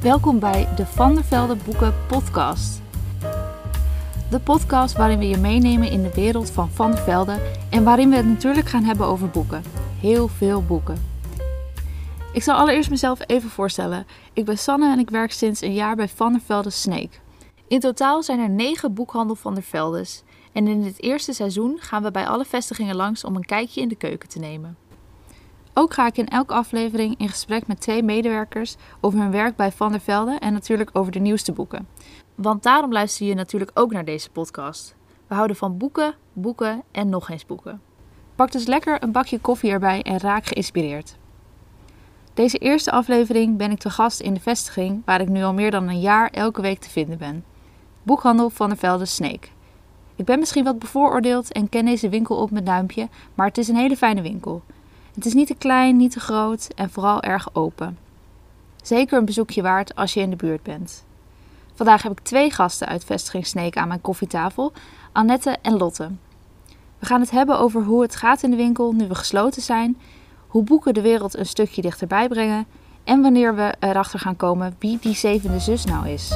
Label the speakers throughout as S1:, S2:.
S1: Welkom bij de Van der Velde Boeken podcast. De podcast waarin we je meenemen in de wereld van Van der Velde en waarin we het natuurlijk gaan hebben over boeken. Heel veel boeken. Ik zal allereerst mezelf even voorstellen. Ik ben Sanne en ik werk sinds een jaar bij Van der Velde Sneek. In totaal zijn er 9 boekhandel Van der Veldes. En in dit eerste seizoen gaan we bij alle vestigingen langs om een kijkje in de keuken te nemen. Ook ga ik in elke aflevering in gesprek met 2 medewerkers over hun werk bij Van der Velde en natuurlijk over de nieuwste boeken. Want daarom luister je natuurlijk ook naar deze podcast. We houden van boeken, boeken en nog eens boeken. Pak dus lekker een bakje koffie erbij en raak geïnspireerd. Deze eerste aflevering ben ik te gast in de vestiging waar ik nu al meer dan een jaar elke week te vinden ben. Boekhandel Van der Velde Sneek. Ik ben misschien wat bevooroordeeld en ken deze winkel op mijn duimpje, maar het is een hele fijne winkel. Het is niet te klein, niet te groot en vooral erg open. Zeker een bezoekje waard als je in de buurt bent. Vandaag heb ik 2 gasten uit vestiging Sneek aan mijn koffietafel, Annette en Lotte. We gaan het hebben over hoe het gaat in de winkel nu we gesloten zijn, hoe boeken de wereld een stukje dichterbij brengen en wanneer we erachter gaan komen wie die 7e zus nou is.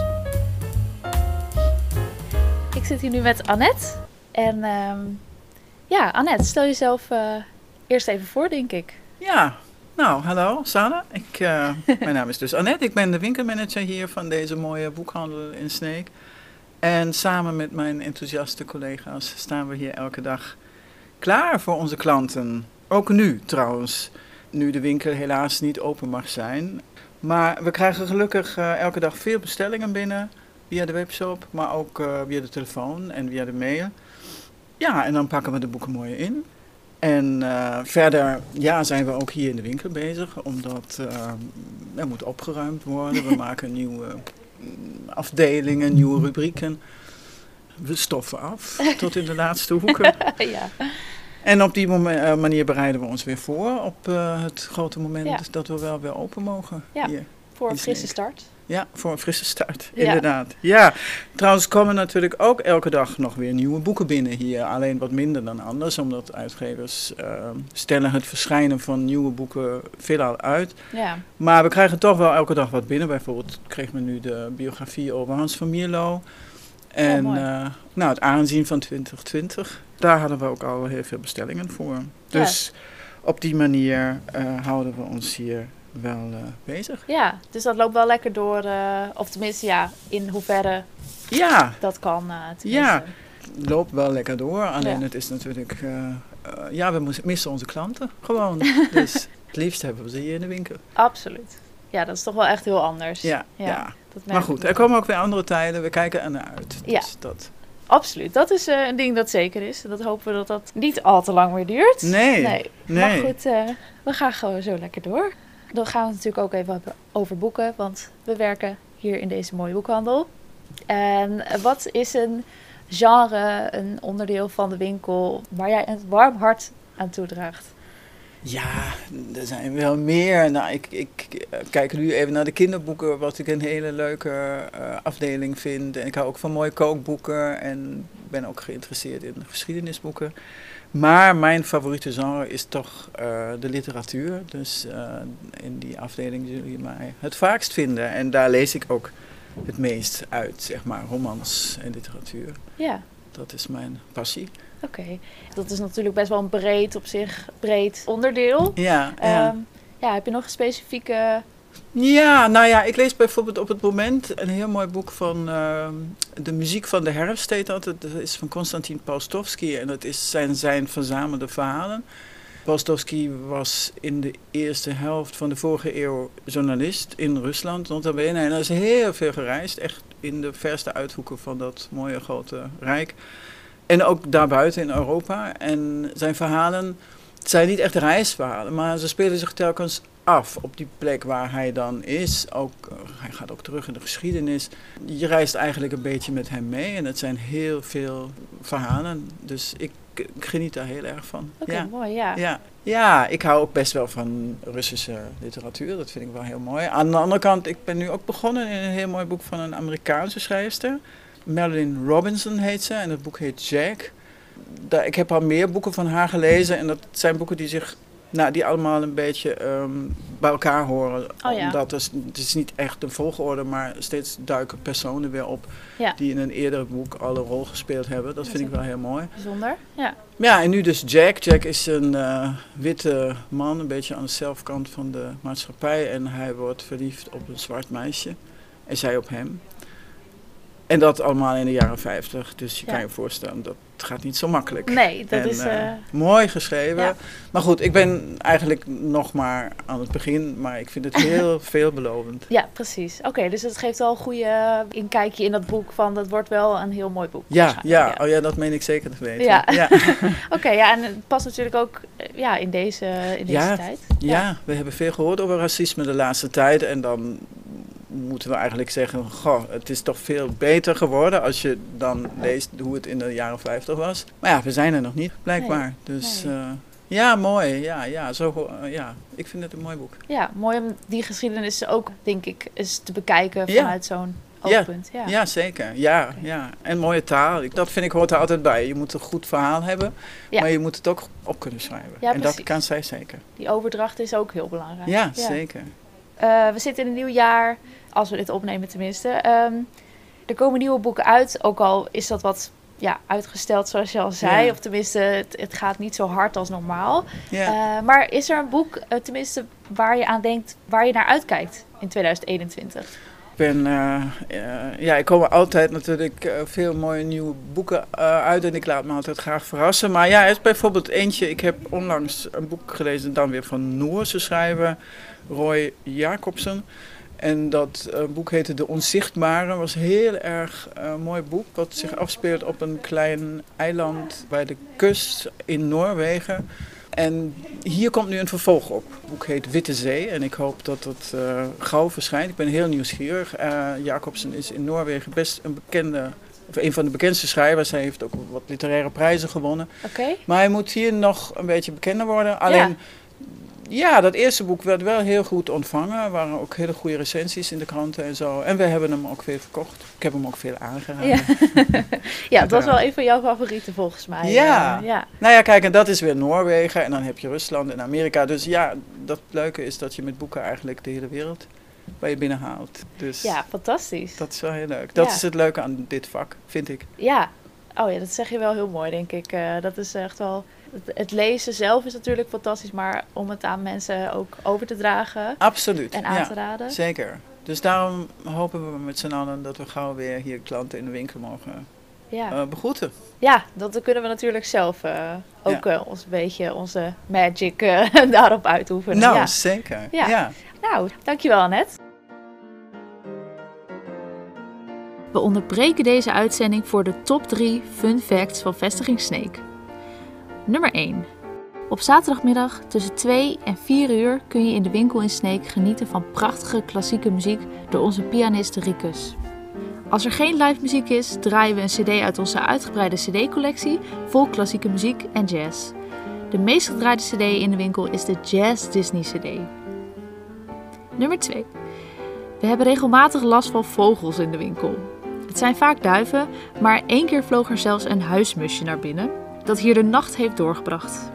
S1: Ik zit hier nu met Annette. En Annette, stel jezelf eerst even voor, denk ik.
S2: Ja, nou, hallo Sanne. Mijn naam is dus Annette. Ik ben de winkelmanager hier van deze mooie boekhandel in Sneek. En samen met mijn enthousiaste collega's staan we hier elke dag klaar voor onze klanten. Ook nu trouwens, nu de winkel helaas niet open mag zijn. Maar we krijgen gelukkig elke dag veel bestellingen binnen via de webshop, maar ook via de telefoon en via de mail. Ja, en dan pakken we de boeken mooi in. En verder zijn we ook hier in de winkel bezig, omdat er moet opgeruimd worden. We maken nieuwe afdelingen, nieuwe rubrieken. We stoffen af tot in de laatste hoeken.
S1: Ja.
S2: En op die manier bereiden we ons weer voor op het grote moment dat we wel weer open mogen.
S1: Ja,
S2: hier
S1: voor een frisse start.
S2: Ja, voor een frisse start, inderdaad. Ja, trouwens komen natuurlijk ook elke dag nog weer nieuwe boeken binnen hier. Alleen wat minder dan anders, omdat uitgevers stellen het verschijnen van nieuwe boeken veelal uit.
S1: Ja.
S2: Maar we krijgen toch wel elke dag wat binnen. Bijvoorbeeld kreeg men nu de biografie over Hans van Mierlo. En het aanzien van 2020. Daar hadden we ook al heel veel bestellingen voor. Dus op die manier houden we ons hier wel bezig.
S1: Ja, dus dat loopt wel lekker door. Of tenminste, in hoeverre dat kan.
S2: Ja, het loopt wel lekker door. Alleen het is natuurlijk... we missen onze klanten gewoon. Dus het liefst hebben we ze hier in de winkel.
S1: Absoluut. Ja, dat is toch wel echt heel anders.
S2: Ja. Maar goed, er komen ook weer andere tijden. We kijken er naar uit.
S1: Ja.
S2: Dus dat...
S1: Absoluut, dat is een ding dat zeker is. Dat hopen we dat niet al te lang meer duurt.
S2: Nee.
S1: Maar goed, we gaan gewoon zo lekker door. Dan gaan we het natuurlijk ook even hebben over boeken, want we werken hier in deze mooie boekhandel. En wat is een genre, een onderdeel van de winkel waar jij een warm hart aan toedraagt?
S2: Ja, er zijn wel meer. Nou, ik kijk nu even naar de kinderboeken, wat ik een hele leuke afdeling vind. En ik hou ook van mooie kookboeken en ben ook geïnteresseerd in geschiedenisboeken. Maar mijn favoriete genre is toch de literatuur. Dus in die afdeling zullen je mij het vaakst vinden. En daar lees ik ook het meest uit, zeg maar, romans en literatuur. Ja. Dat is mijn passie.
S1: Oké. Dat is natuurlijk best wel een breed onderdeel.
S2: Ja.
S1: Heb je nog een specifieke...
S2: Ja, ik lees bijvoorbeeld op het moment een heel mooi boek van De muziek van de herfst heet dat. Dat is van Konstantin Paustovsky en dat zijn verzamelde verhalen. Paustovsky was in de eerste helft van de vorige eeuw journalist in Rusland. En hij is heel veel gereisd, echt in de verste uithoeken van dat mooie grote rijk. En ook daarbuiten in Europa. En zijn verhalen zijn niet echt reisverhalen, maar ze spelen zich telkens af op die plek waar hij dan is. Hij gaat ook terug in de geschiedenis. Je reist eigenlijk een beetje met hem mee en het zijn heel veel verhalen. Dus ik geniet daar heel erg van.
S1: Oké, mooi, ja.
S2: Ja, ik hou ook best wel van Russische literatuur. Dat vind ik wel heel mooi. Aan de andere kant, ik ben nu ook begonnen in een heel mooi boek van een Amerikaanse schrijfster. Marilynne Robinson heet ze en het boek heet Jack. Ik heb al meer boeken van haar gelezen en dat zijn boeken die zich die allemaal een beetje bij elkaar horen.
S1: Oh, ja.
S2: Omdat het is niet echt een volgorde, maar steeds duiken personen weer op die in een eerder boek al een rol gespeeld hebben. Dat vind ik wel heel mooi.
S1: Bijzonder, ja.
S2: Ja, en nu dus Jack. Jack is een witte man, een beetje aan de zelfkant van de maatschappij. En hij wordt verliefd op een zwart meisje. En zij op hem. En dat allemaal in de jaren 50. Dus je kan je voorstellen, dat gaat niet zo makkelijk.
S1: Nee, dat is...
S2: mooi geschreven.
S1: Ja.
S2: Maar goed, ik ben eigenlijk nog maar aan het begin. Maar ik vind het heel veelbelovend.
S1: Ja, precies. Oké, dus het geeft wel een goede inkijkje in dat boek. Van dat wordt wel een heel mooi boek.
S2: Ja. Oh ja, dat meen ik zeker te weten.
S1: Ja.
S2: Ja.
S1: Oké, en het past natuurlijk ook in deze tijd.
S2: Ja, we hebben veel gehoord over racisme de laatste tijd. En dan moeten we eigenlijk zeggen, het is toch veel beter geworden als je dan leest hoe het in de jaren 50 was. Maar ja, we zijn er nog niet, blijkbaar. Nee. Dus mooi. Ja, ik vind het een mooi boek.
S1: Ja, mooi om die geschiedenis ook, denk ik, eens te bekijken vanuit zo'n oogpunt.
S2: Ja, zeker. Ja. En mooie taal. Dat vind ik hoort er altijd bij. Je moet een goed verhaal hebben, maar je moet het ook op kunnen schrijven. Ja, en dat kan zij zeker.
S1: Die overdracht is ook heel belangrijk.
S2: Ja, zeker.
S1: We zitten in een nieuw jaar, als we dit opnemen tenminste. Er komen nieuwe boeken uit, ook al is dat wat uitgesteld zoals je al zei. Ja. Of tenminste, het gaat niet zo hard als normaal. Ja. Maar is er een boek, tenminste, waar je aan denkt, waar je naar uitkijkt in 2021? Ik kom er altijd natuurlijk veel mooie nieuwe boeken uit en ik laat me altijd graag verrassen. Maar ja, er is bijvoorbeeld eentje, ik heb onlangs een boek gelezen, dan weer van Noorse schrijver Roy Jacobsen. En dat boek heette De Onzichtbare, was een heel erg mooi boek, wat zich afspeelt op een klein eiland bij de kust in Noorwegen. En hier komt nu een vervolg op. Het boek heet Witte Zee en ik hoop dat het gauw verschijnt. Ik ben heel nieuwsgierig. Jacobsen is in Noorwegen best een van de bekendste schrijvers. Hij heeft ook wat literaire prijzen gewonnen. Okay.
S2: Maar hij moet hier nog een beetje bekender worden. Alleen, dat eerste boek werd wel heel goed ontvangen. Er waren ook hele goede recensies in de kranten en zo. En we hebben hem ook veel verkocht. Ik heb hem ook veel aangeraden.
S1: Ja, dat was wel een van jouw favorieten volgens mij.
S2: Ja. Nou ja, kijk, en dat is weer Noorwegen. En dan heb je Rusland en Amerika. Dus ja, dat leuke is dat je met boeken eigenlijk de hele wereld bij je binnenhaalt. Dus
S1: ja, fantastisch.
S2: Dat is wel heel leuk. Dat is het leuke aan dit vak, vind ik.
S1: Ja. Oh ja, dat zeg je wel heel mooi, denk ik. Dat is echt wel... Het lezen zelf is natuurlijk fantastisch, maar om het aan mensen ook over te dragen.
S2: Absoluut.
S1: En aan te raden.
S2: Zeker. Dus daarom hopen we met z'n allen dat we gauw weer hier klanten in de winkel mogen begroeten. Ja,
S1: dat kunnen we natuurlijk zelf ook ons een beetje onze magic daarop uitoefenen.
S2: Nou, zeker. Ja.
S1: Nou, dankjewel Annette. We onderbreken deze uitzending voor de top 3 fun facts van Vestiging Sneek. Nummer 1. Op zaterdagmiddag tussen 2 en 4 uur kun je in de winkel in Sneek genieten van prachtige klassieke muziek door onze pianist Rikus. Als er geen live muziek is, draaien we een cd uit onze uitgebreide cd-collectie vol klassieke muziek en jazz. De meest gedraaide cd in de winkel is de Jazz Disney cd. Nummer 2. We hebben regelmatig last van vogels in de winkel. Het zijn vaak duiven, maar 1 keer vloog er zelfs een huismusje naar binnen dat hier de nacht heeft doorgebracht.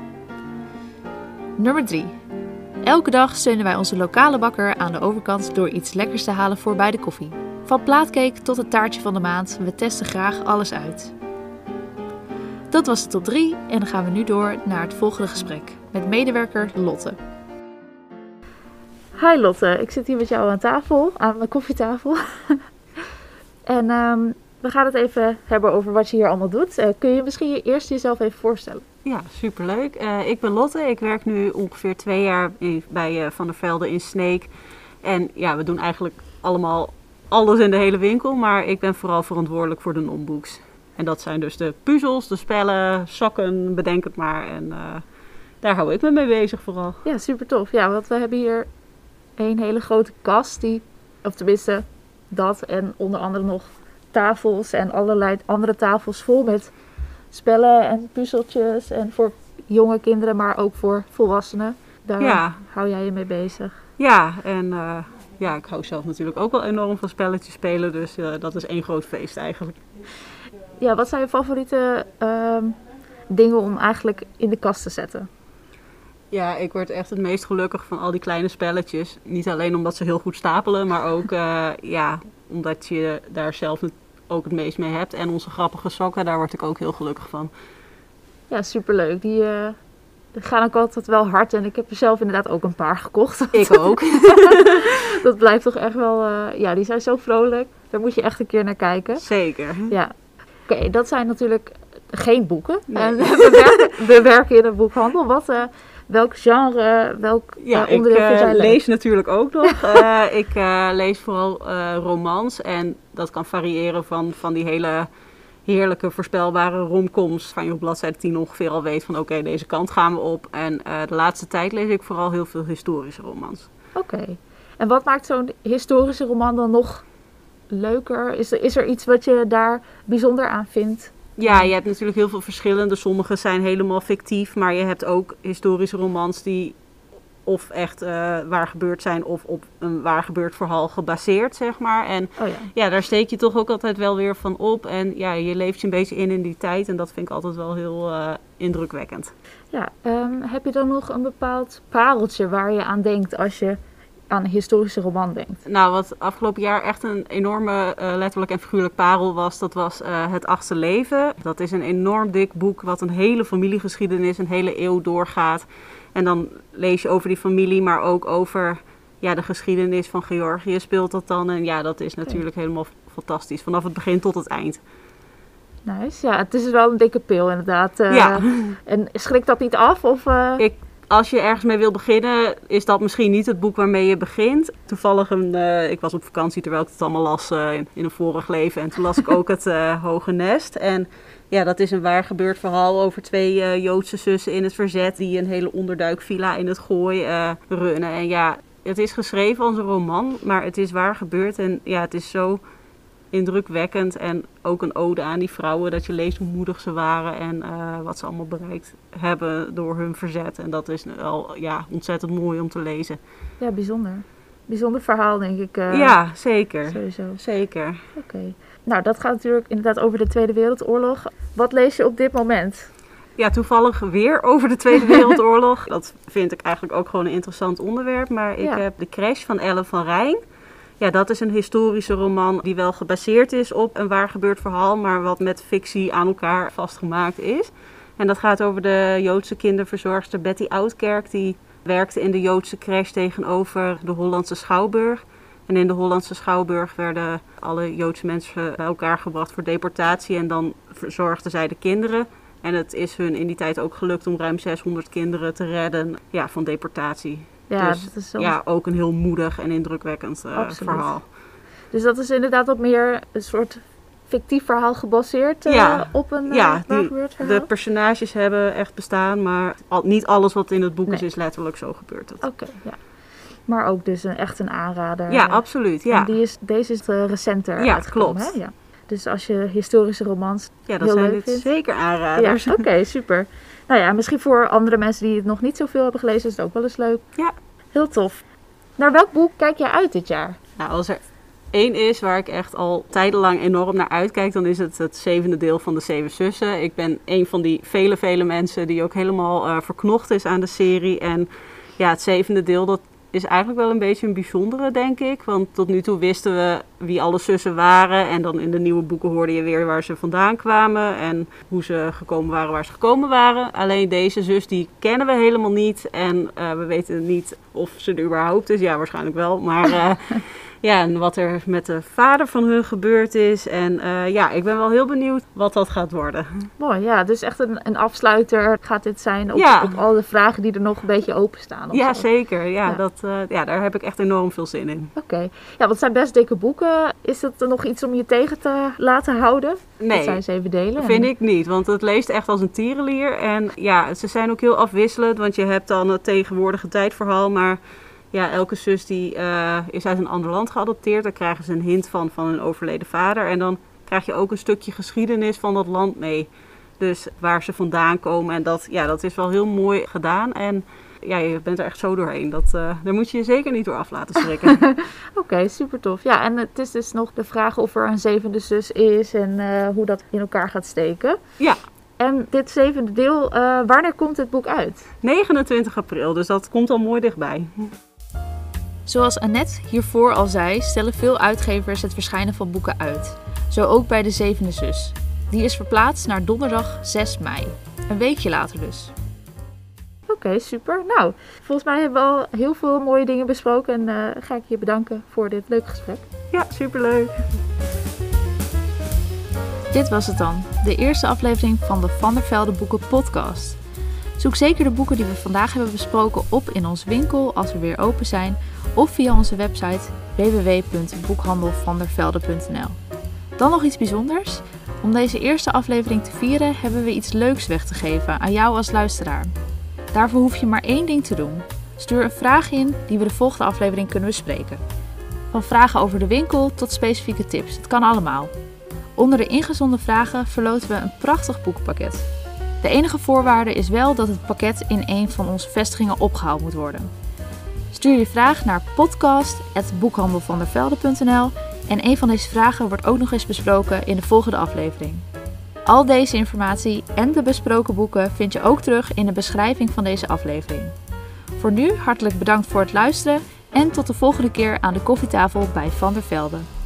S1: Nummer 3. Elke dag steunen wij onze lokale bakker aan de overkant door iets lekkers te halen voor bij de koffie. Van plaatcake tot het taartje van de maand, we testen graag alles uit. Dat was de top 3 en dan gaan we nu door naar het volgende gesprek met medewerker Lotte. Hi Lotte, ik zit hier met jou aan tafel, aan mijn koffietafel. En we gaan het even hebben over wat je hier allemaal doet. Kun je misschien eerst jezelf even voorstellen?
S3: Ja, superleuk. Ik ben Lotte. Ik werk nu ongeveer 2 jaar bij Van der Velde in Sneek. En ja, we doen eigenlijk allemaal alles in de hele winkel. Maar ik ben vooral verantwoordelijk voor de non-books. En dat zijn dus de puzzels, de spellen, sokken, bedenk het maar. En daar hou ik me mee bezig vooral.
S1: Ja, super tof. Ja, want we hebben hier een hele grote kast. Of tenminste dat en onder andere nog tafels en allerlei andere tafels vol met spellen en puzzeltjes. En voor jonge kinderen, maar ook voor volwassenen. Daar hou jij je mee bezig.
S3: Ja, en ik hou zelf natuurlijk ook wel enorm van spelletjes spelen. Dus dat is 1 groot feest eigenlijk.
S1: Ja, wat zijn je favoriete dingen om eigenlijk in de kast te zetten?
S3: Ja, ik word echt het meest gelukkig van al die kleine spelletjes. Niet alleen omdat ze heel goed stapelen, maar ook omdat je daar zelf ook het meest mee hebt. En onze grappige sokken, daar word ik ook heel gelukkig van.
S1: Ja, superleuk. Die gaan ook altijd wel hard. En ik heb er zelf inderdaad ook een paar gekocht.
S3: Ik ook.
S1: Dat blijft toch echt wel... die zijn zo vrolijk. Daar moet je echt een keer naar kijken.
S3: Zeker.
S1: Ja. Oké, dat zijn natuurlijk geen boeken.
S3: Nee.
S1: En we werken in een boekhandel. Welk genre, welk onderdeel vind jij
S3: ik
S1: leuk?
S3: lees natuurlijk ook nog. Ik lees vooral romans. En dat kan variëren van die hele heerlijke voorspelbare romcoms. Van je op bladzijde 10 ongeveer al weet van oké, deze kant gaan we op. En de laatste tijd lees ik vooral heel veel historische romans.
S1: Oké. En wat maakt zo'n historische roman dan nog leuker? Is er iets wat je daar bijzonder aan vindt?
S3: Ja, je hebt natuurlijk heel veel verschillende. Sommige zijn helemaal fictief, maar je hebt ook historische romans die of echt waar gebeurd zijn of op een waar gebeurd verhaal gebaseerd, zeg maar. En daar steek je toch ook altijd wel weer van op. En ja, je leeft je een beetje in die tijd en dat vind ik altijd wel heel indrukwekkend.
S1: Ja, heb je dan nog een bepaald pareltje waar je aan denkt als je aan een historische roman denkt?
S3: Nou, wat afgelopen jaar echt een enorme letterlijk en figuurlijk parel was, dat was Het Achtste Leven. Dat is een enorm dik boek wat een hele familiegeschiedenis, een hele eeuw doorgaat. En dan lees je over die familie, maar ook over de geschiedenis van Georgië speelt dat dan. En ja, dat is natuurlijk helemaal fantastisch, vanaf het begin tot het eind.
S1: Nice, ja, het is wel een dikke pil inderdaad. En schrikt dat niet af? Of,
S3: Als je ergens mee wil beginnen, is dat misschien niet het boek waarmee je begint. Toevallig, ik was op vakantie terwijl ik het allemaal las in een vorig leven. En toen las ik ook het Hoge Nest. En ja, dat is een waar gebeurd verhaal over 2 Joodse zussen in het verzet die een hele onderduikvilla in het Gooi runnen. En ja, het is geschreven als een roman, maar het is waar gebeurd. En ja, het is zo indrukwekkend en ook een ode aan die vrouwen, dat je leest hoe moedig ze waren en wat ze allemaal bereikt hebben door hun verzet. En dat is wel ontzettend mooi om te lezen.
S1: Ja, bijzonder. Bijzonder verhaal, denk ik.
S3: Ja, zeker.
S1: Sowieso.
S3: Zeker.
S1: Oké. Nou, dat gaat natuurlijk inderdaad over de Tweede Wereldoorlog. Wat lees je op dit moment?
S3: Ja, toevallig weer over de Tweede Wereldoorlog. Dat vind ik eigenlijk ook gewoon een interessant onderwerp. Maar ik heb De Crash van Ellen van Rijn. Ja, dat is een historische roman die wel gebaseerd is op een waar gebeurd verhaal, maar wat met fictie aan elkaar vastgemaakt is. En dat gaat over de Joodse kinderverzorgster Betty Oudkerk, die werkte in de Joodse crash tegenover de Hollandse Schouwburg. En in de Hollandse Schouwburg werden alle Joodse mensen bij elkaar gebracht voor deportatie en dan verzorgden zij de kinderen. En het is hun in die tijd ook gelukt om ruim 600 kinderen te redden van deportatie.
S1: Ja,
S3: dus,
S1: dat is zo...
S3: ook een heel moedig en indrukwekkend verhaal.
S1: Dus dat is inderdaad wat meer een soort fictief verhaal gebaseerd op een gebeurd verhaal?
S3: De personages hebben echt bestaan, maar niet alles wat in het boek is letterlijk zo gebeurd.
S1: Oké, ja. Maar ook dus echt een aanrader.
S3: Ja, absoluut. Ja.
S1: En deze is recenter uitgekomen.
S3: Klopt.
S1: Hè? Ja. Dus als je historische romans
S3: dat
S1: heel
S3: zijn
S1: leuk vindt.
S3: Zeker aanraders.
S1: Ja, oké, super. Nou ja, misschien voor andere mensen die het nog niet zoveel hebben gelezen, is het ook wel eens leuk.
S3: Ja.
S1: Heel tof. Naar welk boek kijk jij uit dit jaar?
S3: Nou, als er één is waar ik echt al tijdenlang enorm naar uitkijk, dan is het 7e deel van de 7 Zussen. Ik ben een van die vele mensen die ook helemaal verknocht is aan de serie. En ja, het 7e deel, dat is eigenlijk wel een beetje een bijzondere, denk ik. Want tot nu toe wisten we wie alle zussen waren. En dan in de nieuwe boeken hoorde je weer waar ze vandaan kwamen. En hoe ze gekomen waren, waar ze gekomen waren. Alleen deze zus, die kennen we helemaal niet. En we weten niet of ze er überhaupt is. Ja, waarschijnlijk wel. Maar en wat er met de vader van hun gebeurd is. En ik ben wel heel benieuwd wat dat gaat worden.
S1: Mooi, ja. Dus echt een afsluiter gaat dit zijn op al de vragen die er nog een beetje openstaan.
S3: Ja, zeker. Ja. Daar heb ik echt enorm veel zin in.
S1: Oké. Ja, wat zijn best dikke boeken. Is dat nog iets om je tegen te laten houden?
S3: Nee.
S1: Dat zijn 7 delen.
S3: Vind ik niet, want het leest echt als een tierenlier. En ja, ze zijn ook heel afwisselend, want je hebt dan het tegenwoordige tijdverhaal, maar ja, elke zus die is uit een ander land geadopteerd. Daar krijgen ze een hint van hun overleden vader. En dan krijg je ook een stukje geschiedenis van dat land mee. Dus waar ze vandaan komen. En dat is wel heel mooi gedaan. En ja, je bent er echt zo doorheen. Daar moet je je zeker niet door af laten schrikken.
S1: Oké, super tof. Ja, en het is dus nog de vraag of er een 7e zus is en hoe dat in elkaar gaat steken.
S3: Ja.
S1: En dit 7e deel, wanneer komt het boek uit?
S3: 29 april, dus dat komt al mooi dichtbij.
S1: Zoals Annette hiervoor al zei, stellen veel uitgevers het verschijnen van boeken uit. Zo ook bij de Zevende Zus. Die is verplaatst naar donderdag 6 mei. Een weekje later dus. Oké, super. Nou, volgens mij hebben we al heel veel mooie dingen besproken. En ga ik je bedanken voor dit leuke gesprek.
S3: Ja, superleuk.
S1: Dit was het dan. De eerste aflevering van de Van der Velde Boeken podcast. Zoek zeker de boeken die we vandaag hebben besproken op in onze winkel als we weer open zijn. Of via onze website www.boekhandelvandervelde.nl. Dan nog iets bijzonders. Om deze eerste aflevering te vieren hebben we iets leuks weg te geven aan jou als luisteraar. Daarvoor hoef je maar 1 ding te doen. Stuur een vraag in die we de volgende aflevering kunnen bespreken. Van vragen over de winkel tot specifieke tips. Het kan allemaal. Onder de ingezonden vragen verloten we een prachtig boekenpakket. De enige voorwaarde is wel dat het pakket in een van onze vestigingen opgehaald moet worden. Stuur je vraag naar podcast@boekhandelvandervelde.nl en een van deze vragen wordt ook nog eens besproken in de volgende aflevering. Al deze informatie en de besproken boeken vind je ook terug in de beschrijving van deze aflevering. Voor nu hartelijk bedankt voor het luisteren en tot de volgende keer aan de koffietafel bij Van der Velde.